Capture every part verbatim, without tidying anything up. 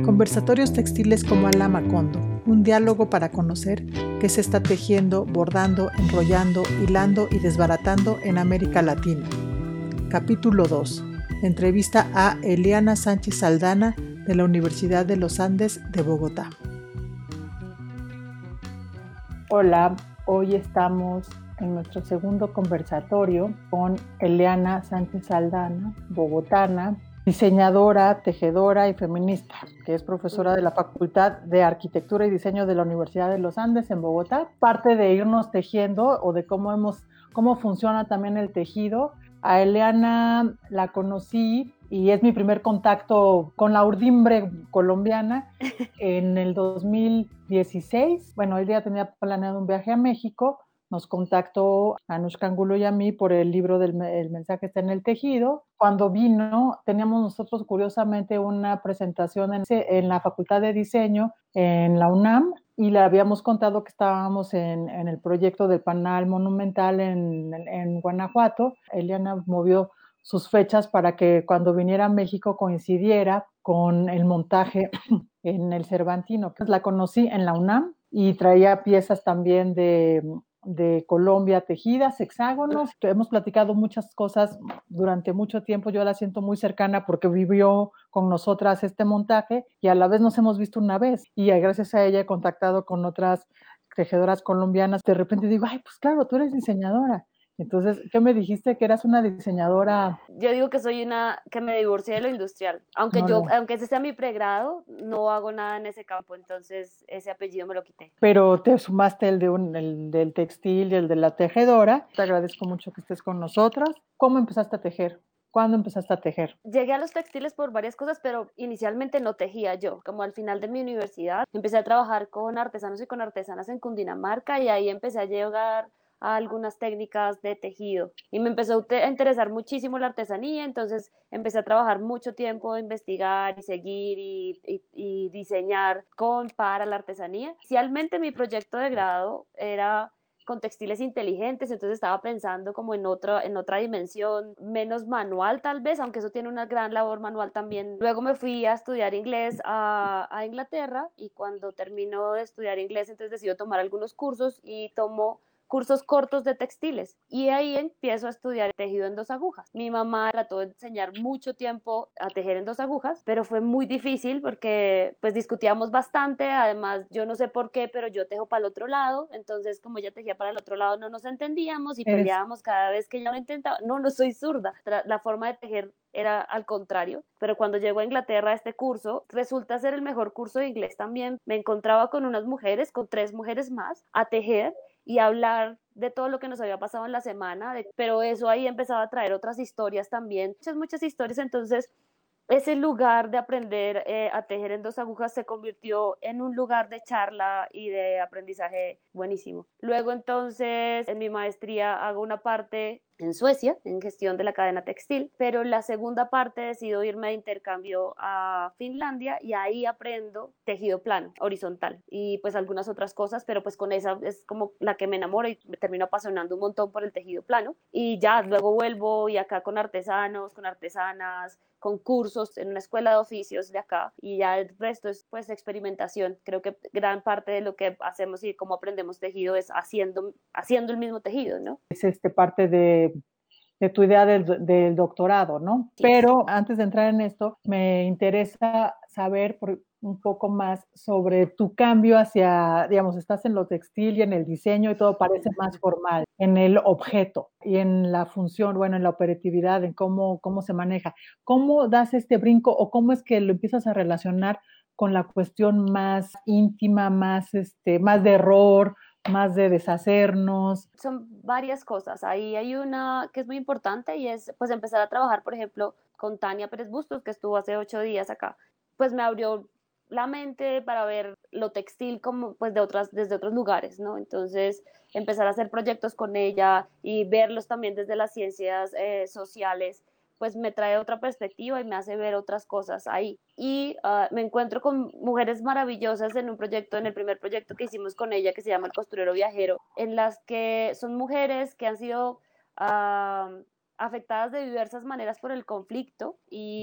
Conversatorios textiles como Ala Macondo, un diálogo para conocer qué se está tejiendo, bordando, enrollando, hilando y desbaratando en América Latina. Capítulo dos. Entrevista a Eliana Sánchez Saldaña de la Universidad de los Andes de Bogotá. Hola, hoy estamos en nuestro segundo conversatorio con Eliana Sánchez Saldaña, bogotana, diseñadora, tejedora y feminista, que es profesora de la Facultad de Arquitectura y Diseño de la Universidad de los Andes en Bogotá. Parte de irnos tejiendo o de cómo, hemos, cómo funciona también el tejido. A Eliana la conocí y es mi primer contacto con la urdimbre colombiana en el dos mil dieciséis. Bueno, ella tenía planeado un viaje a México. Nos contactó a Anushka Angulo y a mí por el libro del el mensaje está en el tejido. Cuando vino, teníamos nosotros curiosamente una presentación en, en la Facultad de Diseño en la UNAM y le habíamos contado que estábamos en, en el proyecto del Panal Monumental en, en, en Guanajuato. Eliana movió sus fechas para que cuando viniera a México coincidiera con el montaje en el Cervantino. La conocí en la UNAM y traía piezas también de... de Colombia tejidas, hexágonos. Hemos platicado muchas cosas durante mucho tiempo. Yo la siento muy cercana porque vivió con nosotras este montaje y a la vez nos hemos visto una vez. Y gracias a ella he contactado con otras tejedoras colombianas. De repente digo, ay, pues claro, tú eres diseñadora. Entonces, ¿qué me dijiste? Que eras una diseñadora. Yo digo que soy una, que me divorcié de lo industrial. Aunque no, yo, no. aunque ese sea mi pregrado, no hago nada en ese campo, entonces ese apellido me lo quité. Pero te sumaste el, de un, el del textil y el de la tejedora. Te agradezco mucho que estés con nosotras. ¿Cómo empezaste a tejer? ¿Cuándo empezaste a tejer? Llegué a los textiles por varias cosas, pero inicialmente no tejía yo. Como al final de mi universidad, empecé a trabajar con artesanos y con artesanas en Cundinamarca y ahí empecé a llegar a algunas técnicas de tejido y me empezó a interesar muchísimo la artesanía, entonces empecé a trabajar mucho tiempo, investigar y seguir y, y, y diseñar con para la artesanía. Inicialmente mi proyecto de grado era con textiles inteligentes, entonces estaba pensando como en, otro, en otra dimensión, menos manual tal vez, aunque eso tiene una gran labor manual también. Luego me fui a estudiar inglés a, a Inglaterra y cuando terminó de estudiar inglés, entonces decidí tomar algunos cursos y tomo cursos cortos de textiles y ahí empiezo a estudiar tejido en dos agujas. Mi mamá trató de enseñar mucho tiempo a tejer en dos agujas, pero fue muy difícil porque pues discutíamos bastante, además yo no sé por qué, pero yo tejo para el otro lado, entonces como ella tejía para el otro lado no nos entendíamos y peleábamos cada vez que ella lo intentaba. No, no soy zurda, la forma de tejer era al contrario, pero cuando llego a Inglaterra a este curso, resulta ser el mejor curso de inglés también. Me encontraba con unas mujeres, con tres mujeres más, a tejer y hablar de todo lo que nos había pasado en la semana, de, pero eso ahí empezaba a traer otras historias también, muchas, muchas historias, entonces ese lugar de aprender eh, a tejer en dos agujas se convirtió en un lugar de charla y de aprendizaje buenísimo. Luego entonces en mi maestría hago una parte en Suecia, en gestión de la cadena textil, pero la segunda parte decido irme de intercambio a Finlandia y ahí aprendo tejido plano, horizontal y pues algunas otras cosas, pero pues con esa es como la que me enamoro y me termino apasionando un montón por el tejido plano y ya luego vuelvo y acá con artesanos, con artesanas, con cursos en una escuela de oficios de acá y ya el resto es pues experimentación. Creo que gran parte de lo que hacemos y cómo aprendemos tejido es haciendo, haciendo el mismo tejido, ¿no? Es este parte de, de tu idea del, del doctorado, ¿no? Sí. Pero antes de entrar en esto, me interesa saber por, un poco más sobre tu cambio hacia, digamos, estás en lo textil y en el diseño y todo parece más formal, en el objeto y en la función, bueno, en la operatividad, en cómo, cómo se maneja. ¿Cómo das este brinco o cómo es que lo empiezas a relacionar con la cuestión más íntima, más, este, más de error, más de deshacernos? Son varias cosas. Ahí hay una que es muy importante y es pues empezar a trabajar, por ejemplo, con Tania Pérez Bustos, que estuvo hace ocho días acá. Pues me abrió la mente para ver lo textil como pues de otras, desde otros lugares, ¿no? Entonces empezar a hacer proyectos con ella y verlos también desde las ciencias eh, sociales, pues me trae otra perspectiva y me hace ver otras cosas ahí. Y uh, me encuentro con mujeres maravillosas en un proyecto, en el primer proyecto que hicimos con ella, que se llama El Costurero Viajero, en las que son mujeres que han sido uh, afectadas de diversas maneras por el conflicto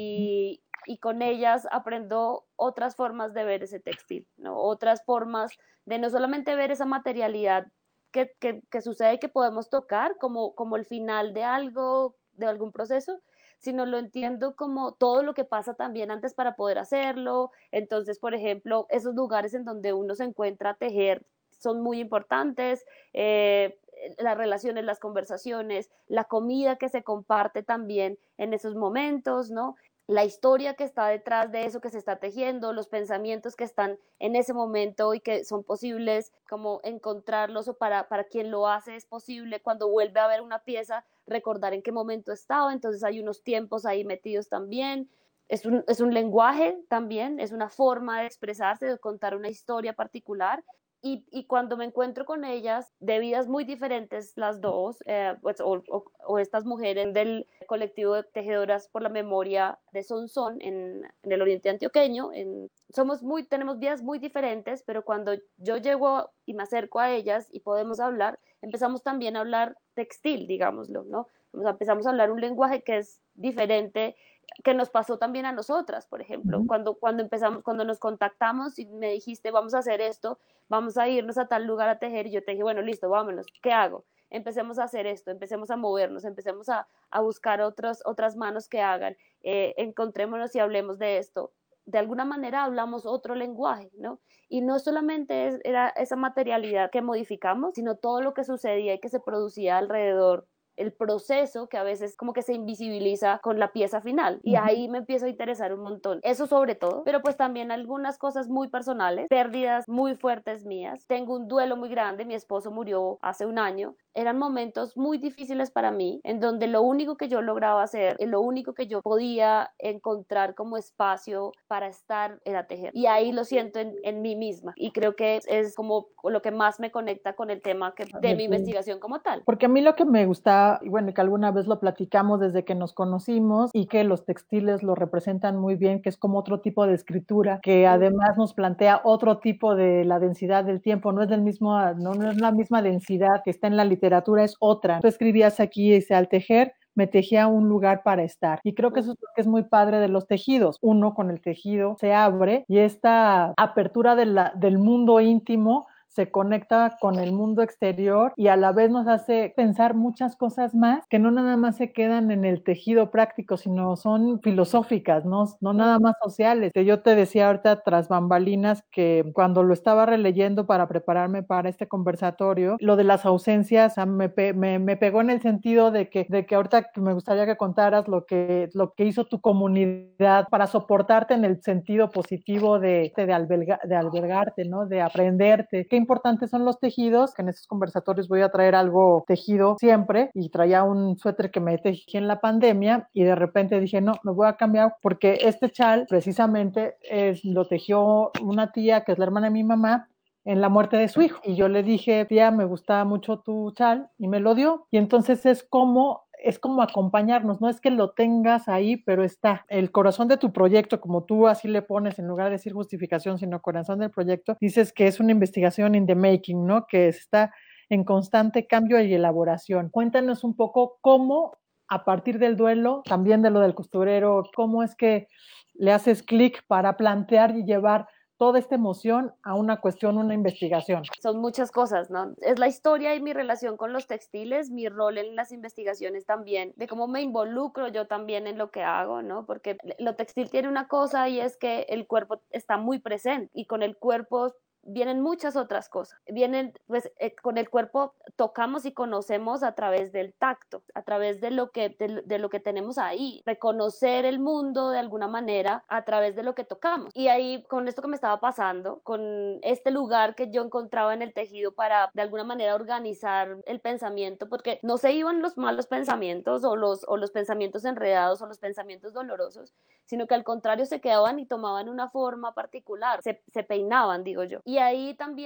y, y con ellas aprendo otras formas de ver ese textil, ¿no? Otras formas de no solamente ver esa materialidad que, que, que sucede y que podemos tocar como, como el final de algo, de algún proceso, sino lo entiendo como todo lo que pasa también antes para poder hacerlo. Entonces, por ejemplo, esos lugares en donde uno se encuentra a tejer son muy importantes, eh, las relaciones, las conversaciones, la comida que se comparte también en esos momentos, ¿no? La historia que está detrás de eso que se está tejiendo, los pensamientos que están en ese momento y que son posibles como encontrarlos, o para, para quien lo hace es posible cuando vuelve a ver una pieza recordar en qué momento estaba. Entonces hay unos tiempos ahí metidos también. Es un, es un lenguaje también, es una forma de expresarse, de contar una historia particular. Y, y cuando me encuentro con ellas, de vidas muy diferentes las dos, eh, pues, o, o, o estas mujeres del colectivo de tejedoras por la memoria de Sonsón en, en el oriente antioqueño, en, somos muy, tenemos vidas muy diferentes, pero cuando yo llego y me acerco a ellas y podemos hablar, empezamos también a hablar textil, digámoslo, ¿no? Empezamos a hablar un lenguaje que es diferente, que nos pasó también a nosotras, por ejemplo, uh-huh. cuando, cuando empezamos, cuando nos contactamos y me dijiste, vamos a hacer esto, vamos a irnos a tal lugar a tejer, y yo te dije, bueno, listo, vámonos, ¿qué hago? Empecemos a hacer esto, empecemos a movernos, empecemos a, a buscar otros, otras manos que hagan, eh, encontrémonos y hablemos de esto. De alguna manera hablamos otro lenguaje, ¿no? Y no solamente es, era esa materialidad que modificamos, sino todo lo que sucedía y que se producía alrededor, el proceso que a veces como que se invisibiliza con la pieza final, y ahí me empiezo a interesar un montón, eso sobre todo, pero pues también algunas cosas muy personales, pérdidas muy fuertes mías. Tengo un duelo muy grande, mi esposo murió hace un año, eran momentos muy difíciles para mí, en donde lo único que yo lograba hacer, lo único que yo podía encontrar como espacio para estar era tejer, y ahí lo siento en, en mí misma, y creo que es, es como lo que más me conecta con el tema que, de mi investigación como tal. Porque a mí lo que me gusta, y bueno, que alguna vez lo platicamos desde que nos conocimos, y que los textiles lo representan muy bien, que es como otro tipo de escritura, que además nos plantea otro tipo de la densidad del tiempo, no es del mismo, no, no es la misma densidad que está en la literatura, es otra. Tú escribías aquí, dice, al tejer, me tejía un lugar para estar. Y creo que eso es lo que es muy padre de los tejidos. Uno con el tejido se abre, y esta apertura de la, del mundo íntimo se conecta con el mundo exterior, y a la vez nos hace pensar muchas cosas más que no nada más se quedan en el tejido práctico, sino son filosóficas, no, no nada más sociales. Que yo te decía ahorita tras bambalinas que cuando lo estaba releyendo para prepararme para este conversatorio, lo de las ausencias me, pe me, me pegó en el sentido de que, de que ahorita me gustaría que contaras lo que, lo que hizo tu comunidad para soportarte en el sentido positivo de, de, alberga, de albergarte, ¿no? De aprenderte. Qué importantes son los tejidos, que en estos conversatorios voy a traer algo tejido siempre, y traía un suéter que me tejí en la pandemia, y de repente dije, no, me voy a cambiar, porque este chal precisamente es, lo tejió una tía que es la hermana de mi mamá en la muerte de su hijo, y yo le dije, tía, me gustaba mucho tu chal, y me lo dio. Y entonces es como es como acompañarnos, no es que lo tengas ahí, pero está. El corazón de tu proyecto, como tú así le pones, en lugar de decir justificación, sino corazón del proyecto, dices que es una investigación in the making, ¿no? Que está en constante cambio y elaboración. Cuéntanos un poco cómo, a partir del duelo, también de lo del costurero, cómo es que le haces clic para plantear y llevar toda esta emoción a una cuestión, una investigación. Son muchas cosas, ¿no? Es la historia y mi relación con los textiles, mi rol en las investigaciones también, de cómo me involucro yo también en lo que hago, ¿no? Porque lo textil tiene una cosa, y es que el cuerpo está muy presente, y con el cuerpo vienen muchas otras cosas. Vienen, pues, eh, con el cuerpo tocamos y conocemos a través del tacto, a través de lo que, de, de lo que tenemos ahí, reconocer el mundo de alguna manera a través de lo que tocamos. Y ahí, con esto que me estaba pasando, con este lugar que yo encontraba en el tejido para de alguna manera organizar el pensamiento, porque no se iban los malos pensamientos o los, o los pensamientos enredados o los pensamientos dolorosos, sino que al contrario se quedaban y tomaban una forma particular, se, se peinaban, digo yo. Y ahí también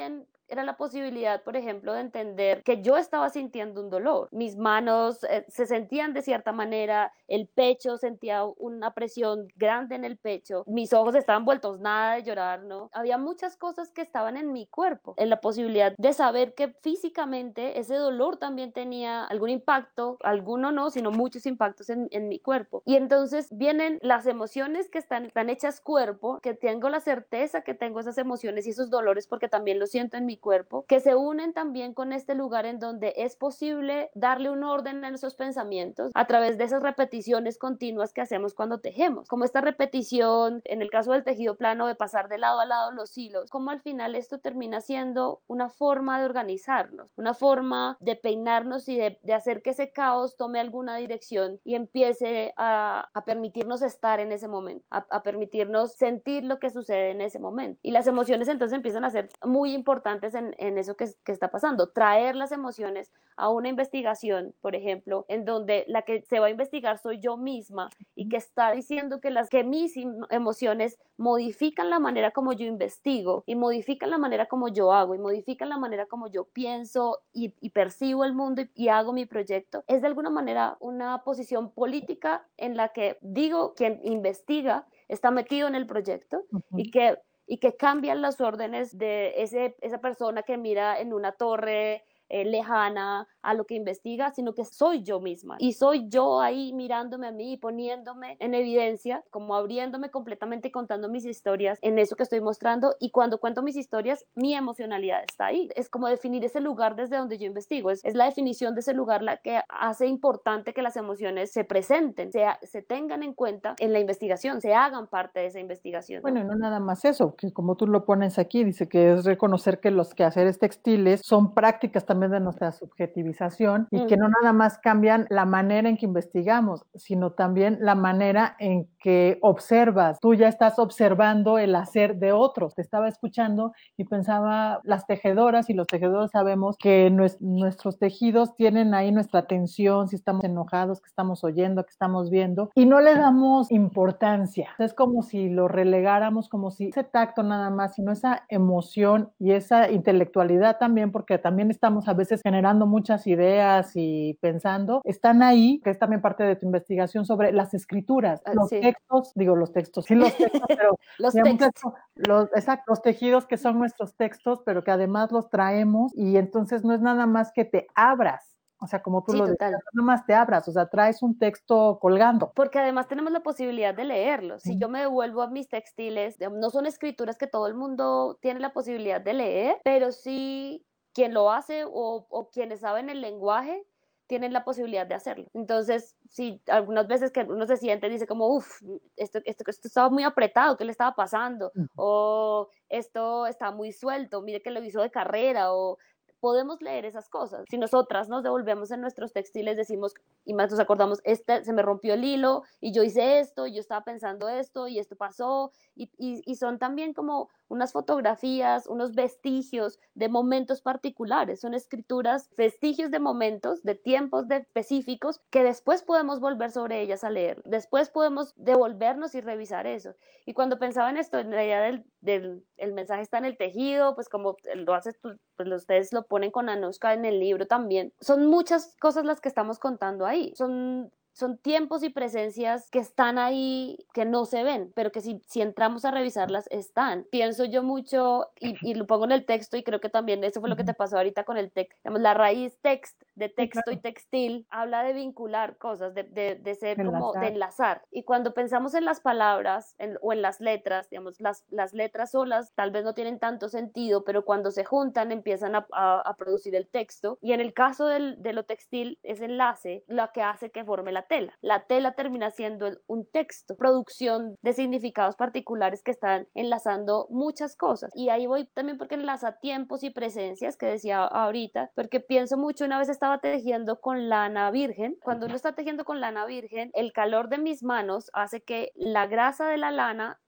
era la posibilidad, por ejemplo, de entender que yo estaba sintiendo un dolor. Mis manos eh, se sentían de cierta manera, el pecho sentía una presión grande en el pecho, mis ojos estaban vueltos nada de llorar, ¿no? Había muchas cosas que estaban en mi cuerpo, en la posibilidad de saber que físicamente ese dolor también tenía algún impacto, alguno no, sino muchos impactos en, en mi cuerpo. Y entonces vienen las emociones que están, están hechas cuerpo, que tengo la certeza que tengo esas emociones y esos dolores porque también lo siento en mi cuerpo, que se unen también con este lugar en donde es posible darle un orden a esos pensamientos a través de esas repeticiones continuas que hacemos cuando tejemos, como esta repetición en el caso del tejido plano de pasar de lado a lado los hilos, como al final esto termina siendo una forma de organizarnos, una forma de peinarnos y de, de hacer que ese caos tome alguna dirección y empiece a, a permitirnos estar en ese momento, a, a permitirnos sentir lo que sucede en ese momento. Y las emociones entonces empiezan a ser muy importantes en, en eso que, que está pasando, traer las emociones a una investigación, por ejemplo, en donde la que se va a investigar soy yo misma y que está diciendo que, las, que mis emociones modifican la manera como yo investigo y modifican la manera como yo hago y modifican la manera como yo pienso y, y percibo el mundo y, y hago mi proyecto, es de alguna manera una posición política en la que digo quien investiga está metido en el proyecto uh-huh. y que y que cambian las órdenes de ese, esa persona que mira en una torre eh, lejana a lo que investiga, sino que soy yo misma y soy yo ahí mirándome a mí y poniéndome en evidencia, como abriéndome completamente y contando mis historias en eso que estoy mostrando, y cuando cuento mis historias mi emocionalidad está ahí. Es como definir ese lugar desde donde yo investigo, es, es la definición de ese lugar la que hace importante que las emociones se presenten, se, se tengan en cuenta en la investigación, se hagan parte de esa investigación, ¿no? Bueno, no nada más eso, que como tú lo pones aquí, dice que es reconocer que los quehaceres textiles son prácticas también de nuestra subjetivización y uh-huh. que no nada más cambian la manera en que investigamos, sino también la manera en que observas. Tú ya estás observando el hacer de otros. Te estaba escuchando y pensaba, las tejedoras y los tejedores sabemos que nues- nuestros tejidos tienen ahí nuestra atención, si estamos enojados, que estamos oyendo, que estamos viendo, y no le damos importancia. Es como si lo relegáramos, como si ese tacto nada más, sino esa emoción y esa intelectualidad también, porque también estamos a veces generando muchas ideas y pensando, están ahí, que es también parte de tu investigación sobre las escrituras, ah, los sí. textos, digo los textos, sí los textos, pero los digamos, textos. Los, exacto, los tejidos que son nuestros textos, pero que además los traemos, y entonces no es nada más que te abras. O sea, como tú sí, lo total. decías, no más te abras, o sea, traes un texto colgando. Porque además tenemos la posibilidad de leerlo. Si yo me devuelvo a mis textiles, no son escrituras que todo el mundo tiene la posibilidad de leer, pero sí quien lo hace o, o quienes saben el lenguaje tienen la posibilidad de hacerlo. Entonces, si algunas veces que uno se siente y dice como, uff, esto, esto, esto estaba muy apretado, ¿qué le estaba pasando? Uh-huh. O esto está muy suelto, mire que lo hizo de carrera, o podemos leer esas cosas. Si nosotras nos devolvemos en nuestros textiles, decimos, y más nos acordamos, este, se me rompió el hilo, y yo hice esto, y yo estaba pensando esto, y esto pasó, y, y, y son también como unas fotografías, unos vestigios de momentos particulares, son escrituras, vestigios de momentos, de tiempos de específicos, que después podemos volver sobre ellas a leer, después podemos devolvernos y revisar eso. Y cuando pensaba en esto, en la idea del, del el mensaje está en el tejido, pues como lo haces tú, pues ustedes lo ponen con Anushka en el libro también, son muchas cosas las que estamos contando ahí, son son tiempos y presencias que están ahí, que no se ven, pero que si, si entramos a revisarlas, están. Pienso yo mucho, y, y lo pongo en el texto, y creo que también eso fue lo que te pasó ahorita con el texto. La raíz text, de texto sí, claro. y textil, habla de vincular cosas, de, de, de ser enlazar. como, de enlazar. Y cuando pensamos en las palabras en, o en las letras, digamos, las, las letras solas tal vez no tienen tanto sentido, pero cuando se juntan empiezan a, a, a producir el texto. Y en el caso del, de lo textil, ese enlace, lo que hace que forme la tela. La tela termina siendo un texto, producción de significados particulares que están enlazando muchas cosas. Y ahí voy también porque enlaza tiempos y presencias que decía ahorita, porque pienso mucho, una vez estaba tejiendo con lana virgen. Cuando uno está tejiendo con lana virgen, el calor de mis manos hace que la grasa de la lana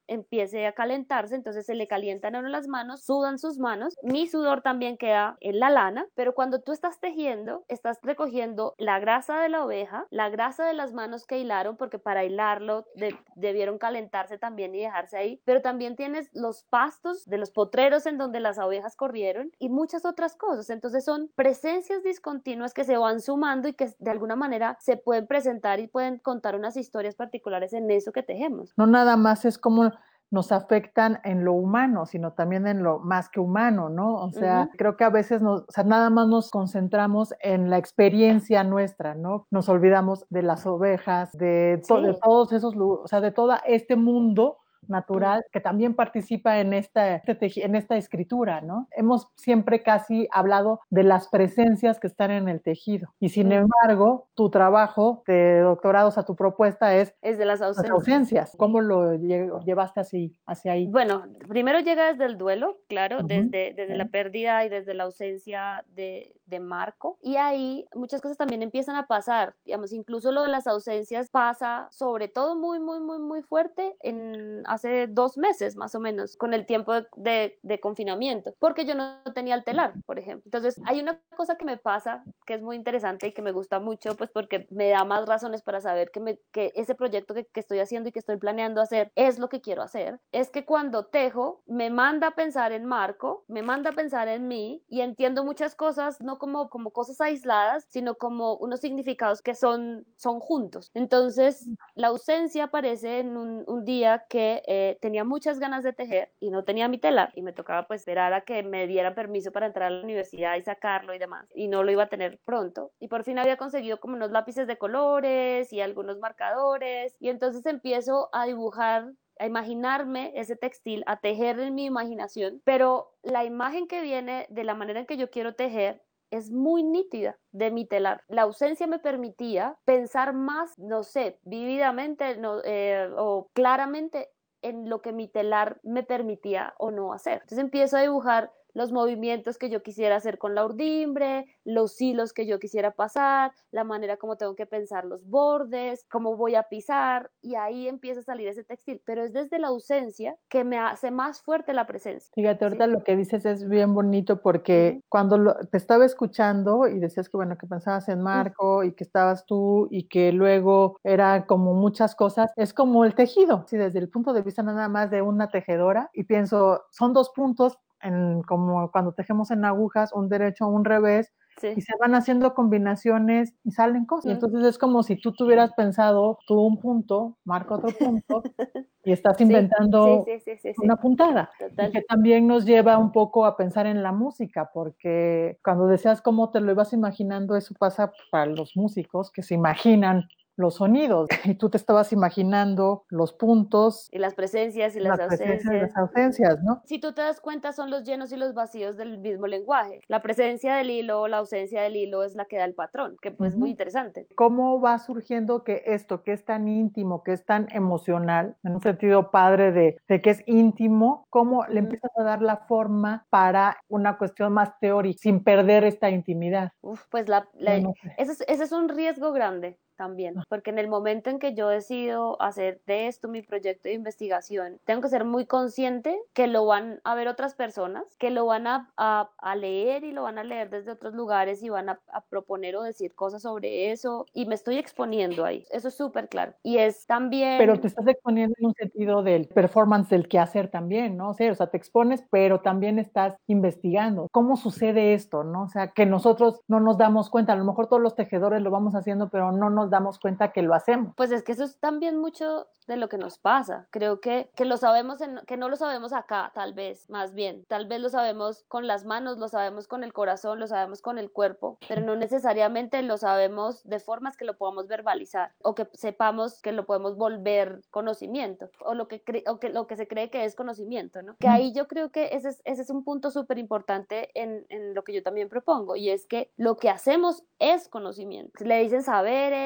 empiece a calentarse, entonces se le calientan a uno las manos, sudan sus manos, mi sudor también queda en la lana, pero cuando tú estás tejiendo, estás recogiendo la grasa de la oveja, la grasa de las manos que hilaron, porque para hilarlo de, debieron calentarse también y dejarse ahí, pero también tienes los pastos de los potreros en donde las ovejas corrieron y muchas otras cosas. Entonces son presencias discontinuas que se van sumando y que de alguna manera se pueden presentar y pueden contar unas historias particulares en eso que tejemos. No nada más es como nos afectan en lo humano, sino también en lo más que humano, ¿no? O sea, uh-huh. creo que a veces nos, o sea, nada más nos concentramos en la experiencia nuestra, ¿no? Nos olvidamos de las ovejas, de, to- sí. de todos esos, o sea, de todo este mundo natural que también participa en esta, en esta escritura, ¿no? Hemos siempre casi hablado de las presencias que están en el tejido y sin mm. embargo tu trabajo de doctorado, o sea, tu propuesta es, es de las ausencias. Las ausencias. ¿Cómo lo llevaste así, hacia ahí? Bueno, primero llega desde el duelo, claro, uh-huh. desde, desde uh-huh. la pérdida y desde la ausencia de, de Marco, y ahí muchas cosas también empiezan a pasar, digamos, incluso lo de las ausencias pasa sobre todo muy, muy, muy, muy fuerte en hace dos meses más o menos, con el tiempo de, de, de confinamiento, porque yo no tenía el telar, por ejemplo. Entonces, hay una cosa que me pasa, que es muy interesante y que me gusta mucho, pues porque me da más razones para saber que, me, que ese proyecto que, que estoy haciendo y que estoy planeando hacer es lo que quiero hacer, es que cuando tejo, me manda a pensar en Marco, me manda a pensar en mí, y entiendo muchas cosas, no como, como cosas aisladas, sino como unos significados que son, son juntos. Entonces, la ausencia aparece en un, un día que Eh, tenía muchas ganas de tejer y no tenía mi telar y me tocaba pues esperar a que me dieran permiso para entrar a la universidad y sacarlo y demás, y no lo iba a tener pronto, y por fin había conseguido como unos lápices de colores y algunos marcadores, y entonces empiezo a dibujar, a imaginarme ese textil, a tejer en mi imaginación, pero la imagen que viene de la manera en que yo quiero tejer es muy nítida de mi telar. La ausencia me permitía pensar más, no sé, vívidamente no, eh, o claramente en lo que mi telar me permitía o no hacer. Entonces empiezo a dibujar los movimientos que yo quisiera hacer con la urdimbre, los hilos que yo quisiera pasar, la manera como tengo que pensar los bordes, cómo voy a pisar, y ahí empieza a salir ese textil, pero es desde la ausencia que me hace más fuerte la presencia. Fíjate, ahorita ¿sí? Lo que dices es bien bonito porque uh-huh. cuando lo, te estaba escuchando y decías que bueno, que pensabas en Marco uh-huh. y que estabas tú y que luego era como muchas cosas, es como el tejido, sí, desde el punto de vista nada más de una tejedora, y pienso, son dos puntos, en, como cuando tejemos en agujas, un derecho, un revés, sí. y se van haciendo combinaciones y salen cosas. Mm. Y entonces es como si tú tuvieras pensado tú un punto, Marco otro punto, y estás inventando sí, sí, sí, sí, sí, una puntada. Total. Y que también nos lleva un poco a pensar en la música, porque cuando decías cómo te lo ibas imaginando, eso pasa para los músicos que se imaginan los sonidos, y tú te estabas imaginando los puntos y las presencias y las, las ausencias. Y las ausencias, ¿no? Si tú te das cuenta, son los llenos y los vacíos del mismo lenguaje. La presencia del hilo, la ausencia del hilo es la que da el patrón, que pues es uh-huh. muy interesante. ¿Cómo va surgiendo que esto, que es tan íntimo, que es tan emocional, en un sentido padre de, de que es íntimo, cómo uh-huh. le empiezas a dar la forma para una cuestión más teórica, sin perder esta intimidad? Uf, pues la, la, no, no sé. ese, es, ese es un riesgo grande también, porque en el momento en que yo decido hacer de esto mi proyecto de investigación, tengo que ser muy consciente que lo van a ver otras personas, que lo van a, a, a leer y lo van a leer desde otros lugares y van a, a proponer o decir cosas sobre eso, y me estoy exponiendo ahí, eso es súper claro. Y es también... Pero te estás exponiendo en un sentido del performance, del quehacer también, ¿no? O sea, o sea, te expones, pero también estás investigando. ¿Cómo sucede esto, no? O sea, que nosotros no nos damos cuenta, a lo mejor todos los tejedores lo vamos haciendo, pero no nos damos cuenta que lo hacemos. Pues es que eso es también mucho de lo que nos pasa. Creo que, que lo sabemos, en, que no lo sabemos acá, tal vez, más bien. Tal vez lo sabemos con las manos, lo sabemos con el corazón, lo sabemos con el cuerpo, pero no necesariamente lo sabemos de formas que lo podamos verbalizar o que sepamos que lo podemos volver conocimiento o lo que, cre- o que, lo que se cree que es conocimiento, ¿no? Que ahí yo creo que ese es, ese es un punto súper importante en, en lo que yo también propongo, y es que lo que hacemos es conocimiento. Le dicen saberes,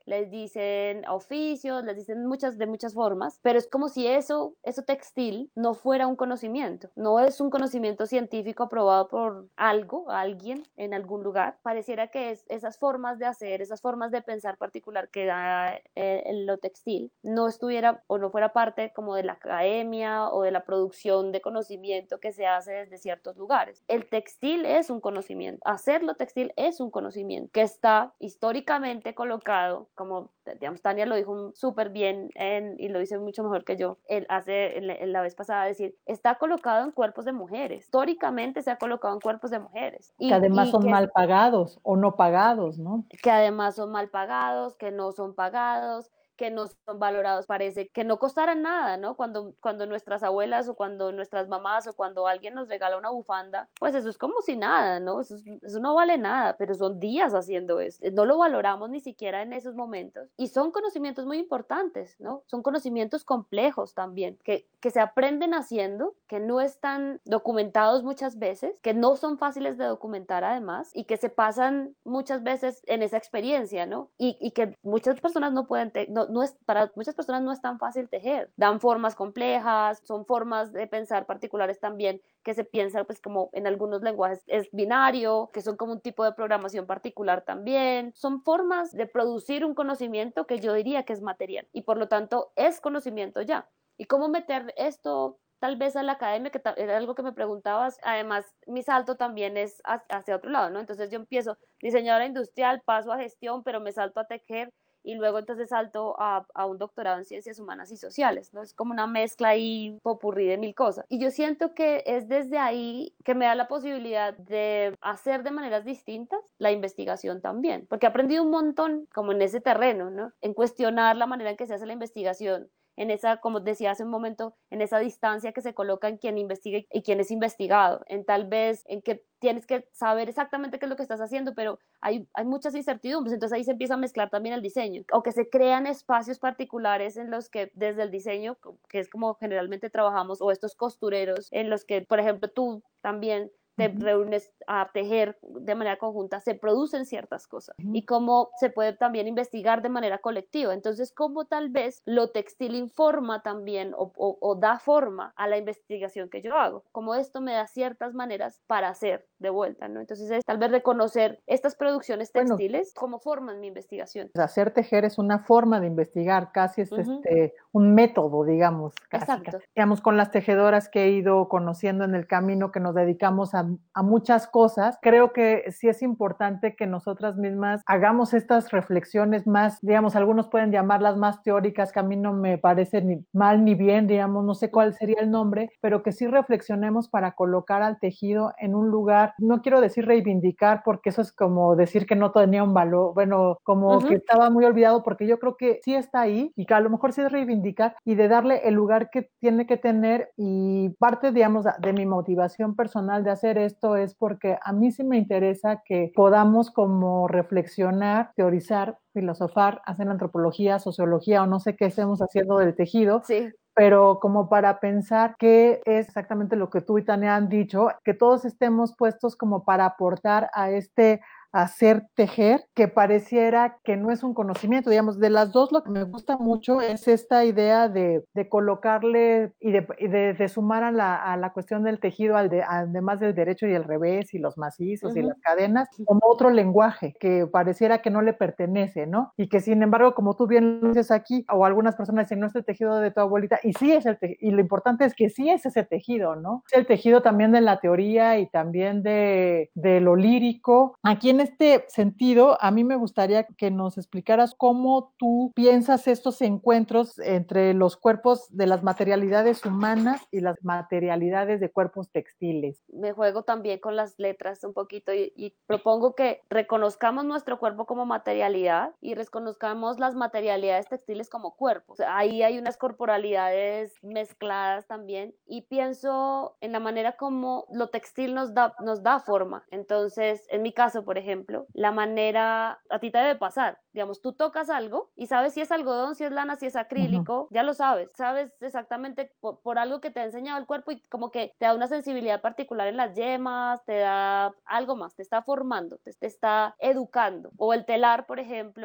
les dicen oficios, les dicen muchas de muchas formas, pero es como si eso, eso textil no fuera un conocimiento, no es un conocimiento científico aprobado por algo, alguien en algún lugar. Pareciera que es, esas formas de hacer, esas formas de pensar particular que da eh, en lo textil, no estuviera o no fuera parte como de la academia o de la producción de conocimiento que se hace desde ciertos lugares. El textil es un conocimiento, hacerlo textil es un conocimiento que está históricamente colocado, como digamos Tania lo dijo súper bien en, y lo dice mucho mejor que yo, él hace en, en la vez pasada, decir, está colocado en cuerpos de mujeres, históricamente se ha colocado en cuerpos de mujeres. Que Y, además y son que, mal pagados o no pagados, ¿no? que además son mal pagados, que no son pagados, que no son valorados, parece que no costaran nada, ¿no? Cuando, cuando nuestras abuelas o cuando nuestras mamás o cuando alguien nos regala una bufanda, pues eso es como si nada, ¿no? Eso, es, eso no vale nada, pero son días haciendo eso. No lo valoramos ni siquiera en esos momentos. Y son conocimientos muy importantes, ¿no? Son conocimientos complejos también, que, que se aprenden haciendo, que no están documentados muchas veces, que no son fáciles de documentar además, y que se pasan muchas veces en esa experiencia, ¿no? Y, y que muchas personas no pueden, te, no, no es, para muchas personas no es tan fácil tejer. Dan formas complejas, son formas de pensar particulares también, que se piensa pues como en algunos lenguajes es binario, que son como un tipo de programación particular también. Son formas de producir un conocimiento que yo diría que es material y por lo tanto es conocimiento ya. ¿Y cómo meter esto tal vez a la academia, que era algo que me preguntabas? Además, mi salto también es hacia otro lado, ¿no? Entonces yo empiezo diseñadora industrial, paso a gestión, pero me salto a tejer y luego entonces salto a, a un doctorado en ciencias humanas y sociales, ¿no? Es como una mezcla ahí, popurrí de mil cosas. Y yo siento que es desde ahí que me da la posibilidad de hacer de maneras distintas la investigación también, porque he aprendido un montón como en ese terreno, ¿no? En cuestionar la manera en que se hace la investigación, en esa, como decía hace un momento, en esa distancia que se coloca en quien investiga y quien es investigado, en tal vez en que tienes que saber exactamente qué es lo que estás haciendo, pero hay, hay muchas incertidumbres, entonces ahí se empieza a mezclar también el diseño, o que se crean espacios particulares en los que desde el diseño, que es como generalmente trabajamos, o estos costureros, en los que, por ejemplo, tú también te uh-huh. reúnes a tejer de manera conjunta, se producen ciertas cosas uh-huh. y cómo se puede también investigar de manera colectiva. Entonces, cómo tal vez lo textil informa también o, o, o da forma a la investigación que yo hago, cómo esto me da ciertas maneras para hacer de vuelta, ¿no? Entonces, es tal vez reconocer estas producciones textiles, bueno, cómo forman mi investigación. Hacer tejer es una forma de investigar, casi es uh-huh. este, un método, digamos. Casi, Exacto. Casi. Digamos, con las tejedoras que he ido conociendo en el camino, que nos dedicamos a a muchas cosas, creo que sí es importante que nosotras mismas hagamos estas reflexiones más, digamos, algunos pueden llamarlas más teóricas, que a mí no me parece ni mal ni bien, digamos, no sé cuál sería el nombre, pero que sí reflexionemos para colocar al tejido en un lugar, no quiero decir reivindicar, porque eso es como decir que no tenía un valor, bueno, como uh-huh. que estaba muy olvidado, porque yo creo que sí está ahí y que a lo mejor sí es reivindicar y de darle el lugar que tiene que tener. Y parte, digamos, de mi motivación personal de hacer esto es porque a mí sí me interesa que podamos como reflexionar, teorizar, filosofar, hacer antropología, sociología o no sé qué estemos haciendo del tejido, sí. pero como para pensar qué es exactamente lo que tú y Tania han dicho, que todos estemos puestos como para aportar a este hacer tejer, que pareciera que no es un conocimiento. Digamos, de las dos lo que me gusta mucho es esta idea de, de colocarle y de, de, de sumar a la, a la cuestión del tejido, al de, además del derecho y el revés y los macizos uh-huh. y las cadenas, como otro lenguaje que pareciera que no le pertenece, ¿no? Y que sin embargo, como tú bien lo dices aquí, o algunas personas dicen, no es el tejido de tu abuelita, y sí es el tejido, y lo importante es que sí es ese tejido, ¿no? Es el tejido también de la teoría y también de, de lo lírico. Aquí en este sentido, a mí me gustaría que nos explicaras cómo tú piensas estos encuentros entre los cuerpos de las materialidades humanas y las materialidades de cuerpos textiles. Me juego también con las letras un poquito y, y propongo que reconozcamos nuestro cuerpo como materialidad y reconozcamos las materialidades textiles como cuerpos. O sea, ahí hay unas corporalidades mezcladas también y pienso en la manera como lo textil nos da, nos da forma. Entonces, en mi caso, por ejemplo, la manera, a ti te debe pasar, digamos, tú tocas algo y sabes si es algodón, si es lana, si es acrílico, uh-huh. ya lo sabes, sabes exactamente por, por algo que te ha enseñado el cuerpo y como que te da una sensibilidad particular en las yemas, te da algo más, te está formando, te, te está educando. O el telar, por ejemplo,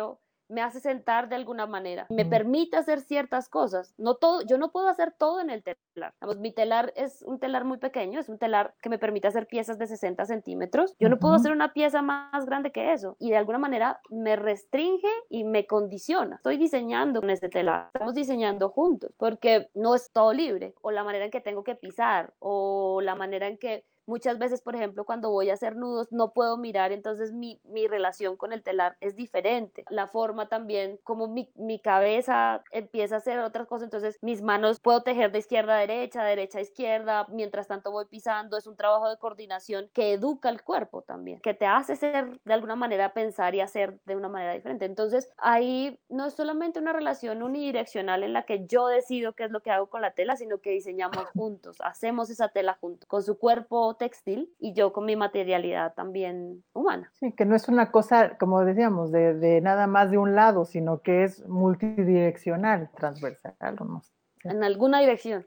me hace sentar de alguna manera, me permite hacer ciertas cosas. No todo, yo no puedo hacer todo en el telar. Vamos, mi telar es un telar muy pequeño, es un telar que me permite hacer piezas de sesenta centímetros. Yo no puedo hacer una pieza más grande que eso y de alguna manera me restringe y me condiciona. Estoy diseñando con este telar, estamos diseñando juntos porque no es todo libre, o la manera en que tengo que pisar, o la manera en que muchas veces, por ejemplo, cuando voy a hacer nudos no puedo mirar, entonces mi, mi relación con el telar es diferente. La forma también, como mi, mi cabeza empieza a hacer otras cosas, entonces mis manos puedo tejer de izquierda a derecha, de derecha a izquierda, mientras tanto voy pisando. Es un trabajo de coordinación que educa el cuerpo también, que te hace ser de alguna manera, pensar y hacer de una manera diferente. Entonces ahí no es solamente una relación unidireccional en la que yo decido qué es lo que hago con la tela, sino que diseñamos juntos, hacemos esa tela juntos, con su cuerpo textil y yo con mi materialidad también humana. Sí, que no es una cosa, como decíamos, de, de nada más de un lado, sino que es multidireccional, transversal, o no sé. En alguna dirección.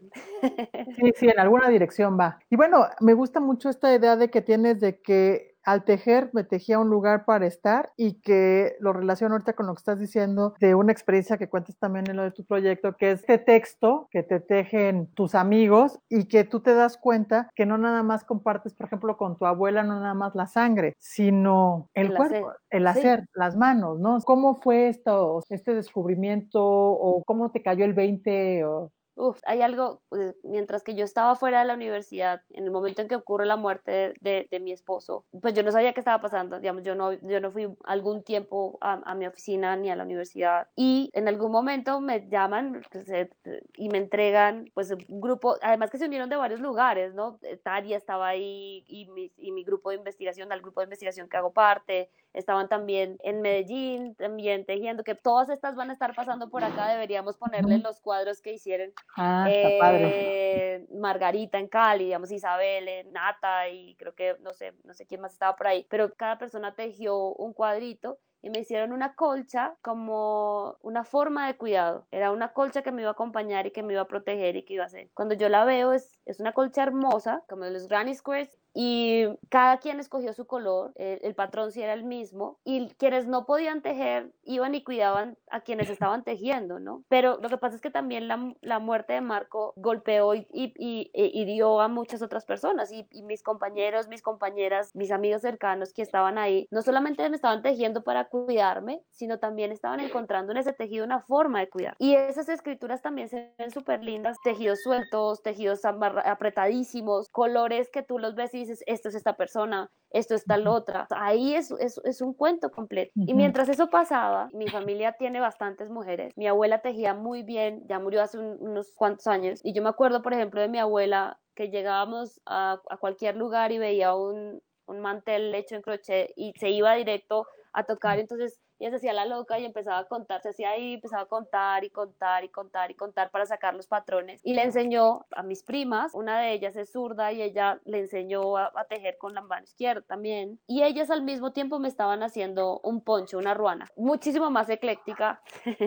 Sí, sí, en alguna dirección va. Y bueno, me gusta mucho esta idea de que tienes de que al tejer me tejía un lugar para estar, y que lo relaciono ahorita con lo que estás diciendo de una experiencia que cuentas también en lo de tu proyecto, que es este texto que te tejen tus amigos y que tú te das cuenta que no nada más compartes, por ejemplo, con tu abuela, no nada más la sangre, sino el, el cuerpo, hacer. el hacer, sí. Las manos, ¿no? ¿Cómo fue esto, este descubrimiento, o cómo te cayó el veinte? O... Uf, hay algo, pues, mientras que yo estaba fuera de la universidad, en el momento en que ocurre la muerte de, de, de mi esposo, pues yo no sabía qué estaba pasando, digamos, yo no, yo no fui algún tiempo a, a mi oficina ni a la universidad, y en algún momento me llaman, pues, eh, y me entregan, pues, un grupo, además que se unieron de varios lugares, ¿no? Taria estaba ahí, y mi, y mi grupo de investigación, al grupo de investigación que hago parte, estaban también en Medellín, también tejiendo, que todas estas van a estar pasando por acá, deberíamos ponerle los cuadros que hicieron. Ah, está eh, padre. Margarita en Cali, digamos, Isabel en Nata, y creo que no sé, no sé quién más estaba por ahí, pero cada persona tejió un cuadrito y me hicieron una colcha como una forma de cuidado. Era una colcha que me iba a acompañar y que me iba a proteger y que iba a hacer. Cuando yo la veo, es, es una colcha hermosa, como de los Granny Squares, y cada quien escogió su color, el, el patrón sí era el mismo, y quienes no podían tejer iban y cuidaban a quienes estaban tejiendo, ¿no? Pero lo que pasa es que también la, la muerte de Marco golpeó y, y, y, y hirió a muchas otras personas, y, y mis compañeros, mis compañeras, mis amigos cercanos que estaban ahí, no solamente me estaban tejiendo para cuidarme, sino también estaban encontrando en ese tejido una forma de cuidar. Y esas escrituras también se ven súper lindas, tejidos sueltos, tejidos apretadísimos, colores que tú los ves y dices, esto es esta persona, esto es tal otra. Ahí es, es, es un cuento completo. Uh-huh. Y mientras eso pasaba, mi familia tiene bastantes mujeres. Mi abuela tejía muy bien, ya murió hace un, unos cuantos años. Y yo me acuerdo, por ejemplo, de mi abuela, que llegábamos a, a cualquier lugar y veía un, un mantel hecho en crochet y se iba directo a tocar. Entonces ella se hacía la loca y empezaba a contar, se hacía ahí, empezaba a contar y contar y contar y contar para sacar los patrones, y le enseñó a mis primas, una de ellas es zurda y ella le enseñó a, a tejer con la mano izquierda también, y ellas al mismo tiempo me estaban haciendo un poncho, una ruana, muchísimo más ecléctica.